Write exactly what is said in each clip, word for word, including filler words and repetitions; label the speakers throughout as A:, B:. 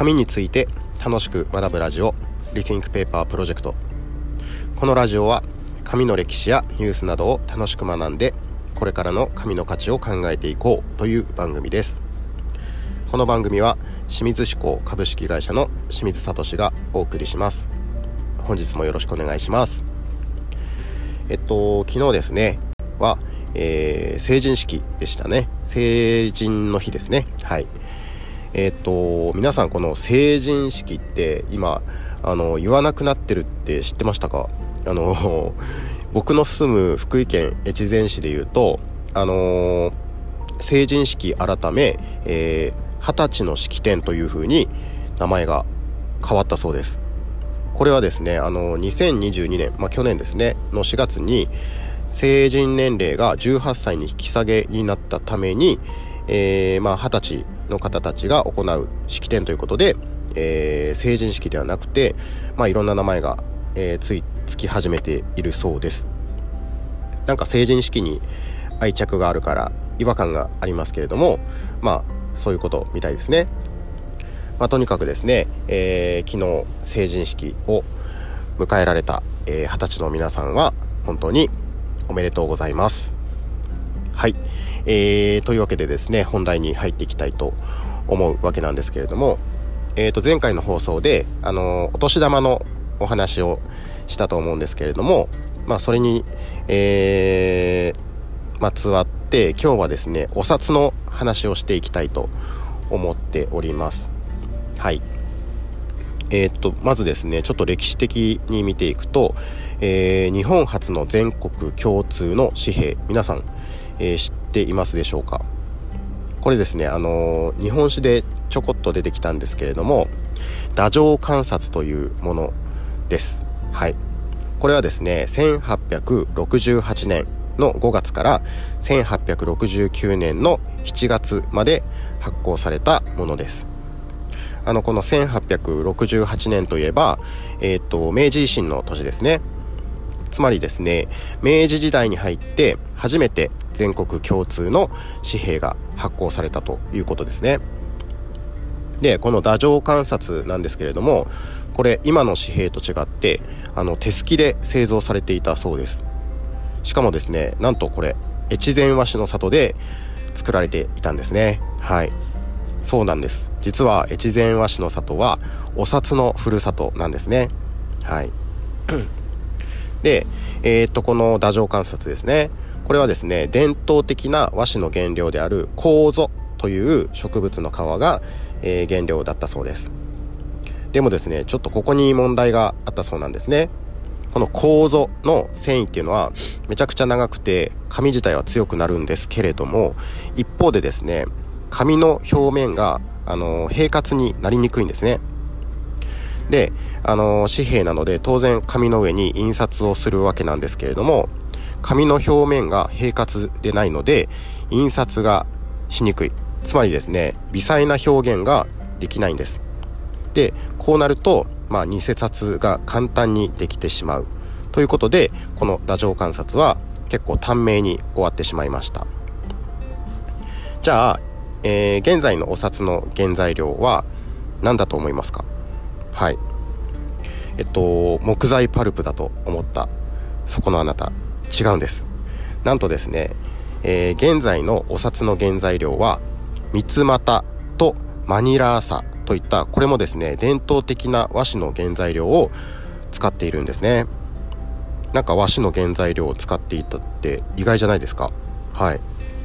A: 紙について楽しく学ぶラジオリシンクペーパープロジェクト。このラジオは紙の歴史やニュースなどを楽しく学んで、これからの紙の価値を考えていこうという番組です。この番組は清水志向株式会社の清水聡がお送りします。本日もよろしくお願いします。えっと昨日ですねは、えー、成人式でしたね。成人の日ですね。はい。えっと皆さん、この成人式って今あの言わなくなってるって知ってましたか？あの僕の住む福井県越前市でいうと、あの成人式改め、えー、二十歳の式典という風に名前が変わったそうです。これはですね、あのにせんにじゅうにねん、まあ、去年ですねのしがつに成人年齢がじゅうはっさいに引き下げになったために、えー、まあ二十歳の方たちが行う式典ということで、えー、成人式ではなくて、まあ、いろんな名前が、えー、ついつき始めているそうです。なんか成人式に愛着があるから違和感がありますけれども、まあそういうことみたいですね。まあ、とにかくですね、えー、昨日成人式を迎えられた、えー、二十歳の皆さんは本当におめでとうございます。はい、えー、というわけでですね、本題に入っていきたいと思うわけなんですけれども、えー、と前回の放送で、あのー、お年玉のお話をしたと思うんですけれども、まあそれに、えー、まつわって今日はですね、お札の話をしていきたいと思っております。はい。えー、っとまずですね、ちょっと歴史的に見ていくと、えー、日本初の全国共通の紙幣、皆さん、えー、知っていますでしょうか？これですね、あのー、日本史でちょこっと出てきたんですけれども、太政官札というものです。はい。これはですね、せんはっぴゃくろくじゅうはちねんのごがつからせんはっぴゃくろくじゅうきゅうねんのしちがつまで発行されたものです。あのこのせんはっぴゃくろくじゅうはちねんといえば、えー、と明治維新の年ですね。つまりですね、明治時代に入って初めて全国共通の紙幣が発行されたということですね。で、この太政官札なんですけれども、これ今の紙幣と違ってあの手すきで製造されていたそうです。しかもですね、なんとこれ越前和紙の里で作られていたんですね。はい、そうなんです。実は越前和紙の里はお札のふるさとなんですね。はいで、えー、っとこの太政官札ですね、これはですね、伝統的な和紙の原料である楮という植物の皮が、えー、原料だったそうです。でもですね、ちょっとここに問題があったそうなんですね。この楮の繊維っていうのはめちゃくちゃ長くて紙自体は強くなるんですけれども、一方でですね、紙の表面があの平滑になりにくいんですね。で、あの紙幣なので当然紙の上に印刷をするわけなんですけれども、紙の表面が平滑でないので印刷がしにくい。つまりですね、微細な表現ができないんです。で、こうなると、まあ、偽札が簡単にできてしまうということで、この太政官札は結構短命に終わってしまいました。じゃあ、えー、現在のお札の原材料は何だと思いますか？はい。えっと、木材パルプだと思ったそこのあなた、違うんです。なんとですね、えー、現在のお札の原材料は三つ股とマニラ麻といった、これもですね、伝統的な和紙の原材料を使っているんですね。なんか和紙の原材料を使っていたって意外じゃないですか？はい。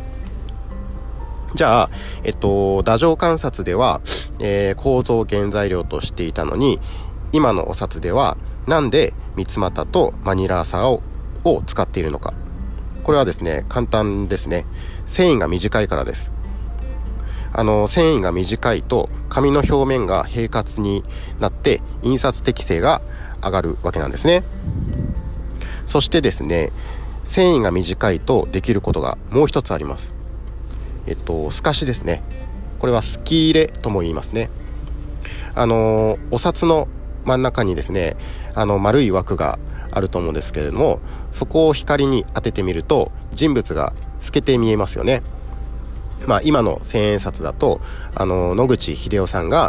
A: じゃあ、えっと、太政官札では、えー、楮を原材料としていたのに、今のお札ではなんで三つ股とマニラ麻をを使っているのか。これはですね、簡単ですね。繊維が短いからです。あの繊維が短いと紙の表面が平滑になって印刷適性が上がるわけなんですね。そしてですね、繊維が短いとできることがもう一つあります。えっと透かしですね。これは透き入れとも言いますね。あのお札の真ん中にですね、あの丸い枠があると思うんですけれども、そこを光に当ててみると人物が透けて見えますよね。まあ今の千円札だとあの野口英世さんが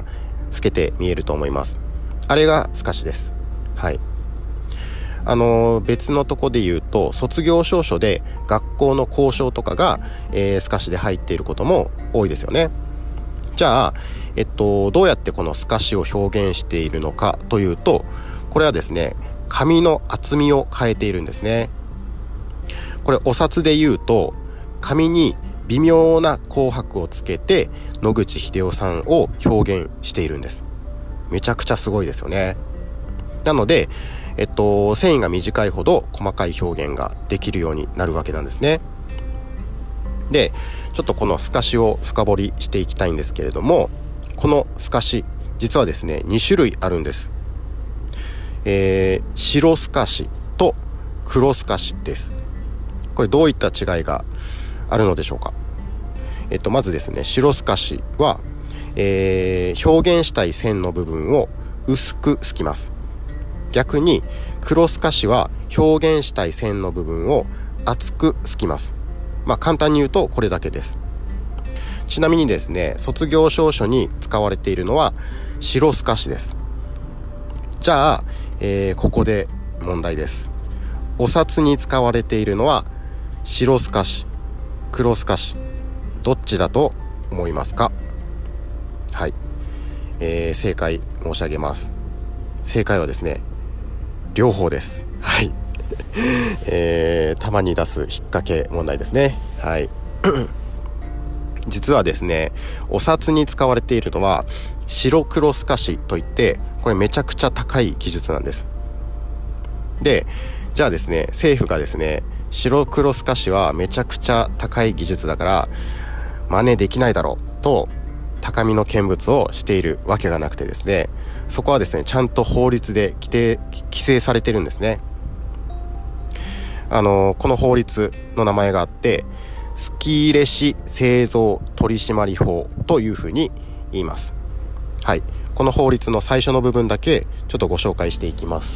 A: 透けて見えると思います。あれが透かしです。はい。あの別のとこで言うと、卒業証書で学校の校章とかが、えー、透かしで入っていることも多いですよね。じゃあ、えっと、どうやってこの透かしを表現しているのかというと、これはですね、紙の厚みを変えているんですね。これお札で言うと、紙に微妙な紅白をつけて野口英世さんを表現しているんです。めちゃくちゃすごいですよね。なので、えっと、繊維が短いほど細かい表現ができるようになるわけなんですね。で、ちょっとこの透かしを深掘りしていきたいんですけれども、この透かし、実はですね、に種類あるんです。えー、白透かしと黒透かしです。これどういった違いがあるのでしょうか。えっと、まずですね、白透かしは、えー、表現したい線の部分を薄く透きます。逆に黒透かしは表現したい線の部分を厚く透きます。まあ簡単に言うとこれだけです。ちなみにですね、卒業証書に使われているのは白透かしです。じゃあ、えー、ここで問題です。お札に使われているのは白透かし、黒透かし、どっちだと思いますか？はい、えー、正解申し上げます。正解はですね、両方です。はい、えー、たまに出す引っ掛け問題ですね。はい実はですね、お札に使われているのは白黒透かしといって、これめちゃくちゃ高い技術なんです。で、じゃあですね、政府がですね、白黒透かしはめちゃくちゃ高い技術だから真似できないだろうと高みの見物をしているわけがなくてですね、そこはですね、ちゃんと法律で規定規制されてるんですね。あのこの法律の名前があって、透き入れ紙製造取締法というふうに言います。はい、この法律の最初の部分だけちょっとご紹介していきます。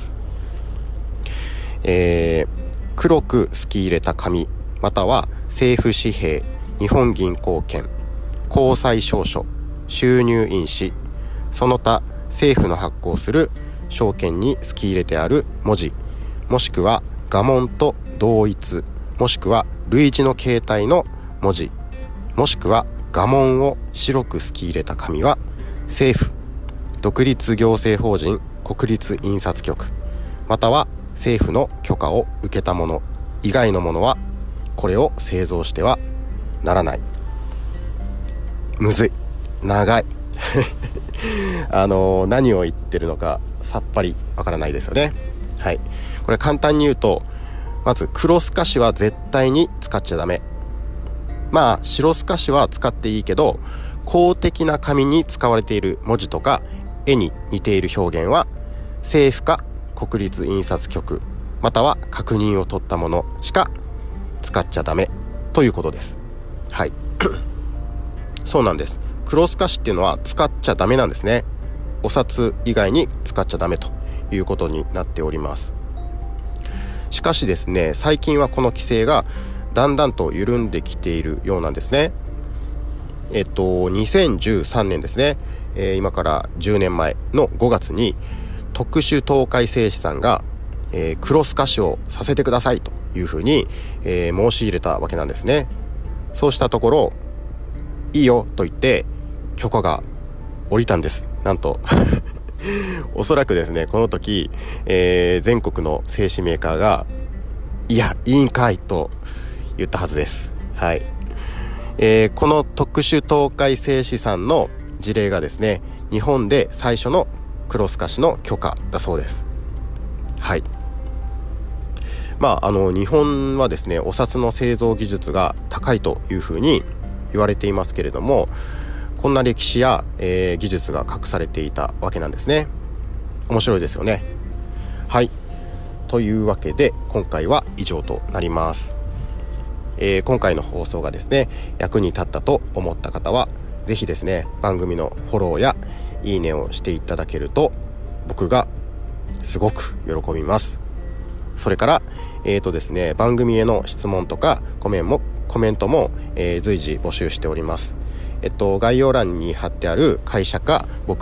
A: えー、黒く透き入れた紙、または政府紙幣、日本銀行券、公債証書、収入印紙、その他政府の発行する証券に透き入れてある文字、もしくは画文と同一、もしくは類似の形態の文字、もしくは画文を白く透き入れた紙は政府、独立行政法人国立印刷局、または政府の許可を受けたもの以外のものはこれを製造してはならない。むずい、長いあのー、何を言ってるのかさっぱりわからないですよね。はい、これ簡単に言うと、まず黒透かしは絶対に使っちゃダメ。まあ白透かしは使っていいけど、公的な紙に使われている文字とか絵に似ている表現は政府か国立印刷局、または確認を取ったものしか使っちゃダメということです。はいそうなんです。黒透かしっていうのは使っちゃダメなんですね。お札以外に使っちゃダメということになっております。しかしですね、最近はこの規制がだんだんと緩んできているようなんですね。えっとにせんじゅうさんねんですね、えー、今からじゅうねんまえのごがつに特殊東海製紙さんが、えー、黒透かしをさせてくださいというふうに、えー、申し入れたわけなんですね。そうしたところ、いいよと言って許可が下りたんです。なんとおそらくですね、この時、えー、全国の製紙メーカーがいやいいんかいと言ったはずです。はい、えー、この特殊東海製紙さんの事例がですね、日本で最初の黒透かしの許可だそうです。はい、まああの日本はですね、お札の製造技術が高いというふうに言われていますけれども、こんな歴史や、えー、技術が隠されていたわけなんですね。面白いですよね。はい、というわけで今回は以上となります。えー、今回の放送がですね、役に立ったと思った方はぜひですね、番組のフォローやいいねをしていただけると僕がすごく喜びます。それからえーとですね、番組への質問とかコメントもコメントも、えー、随時募集しております。えっと概要欄に貼ってある会社か僕の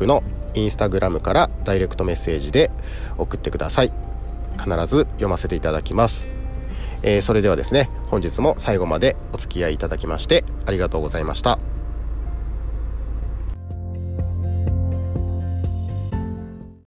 A: インスタグラムからダイレクトメッセージで送ってください。必ず読ませていただきます。えー、それではですね、本日も最後までお付き合いいただきましてありがとうございました。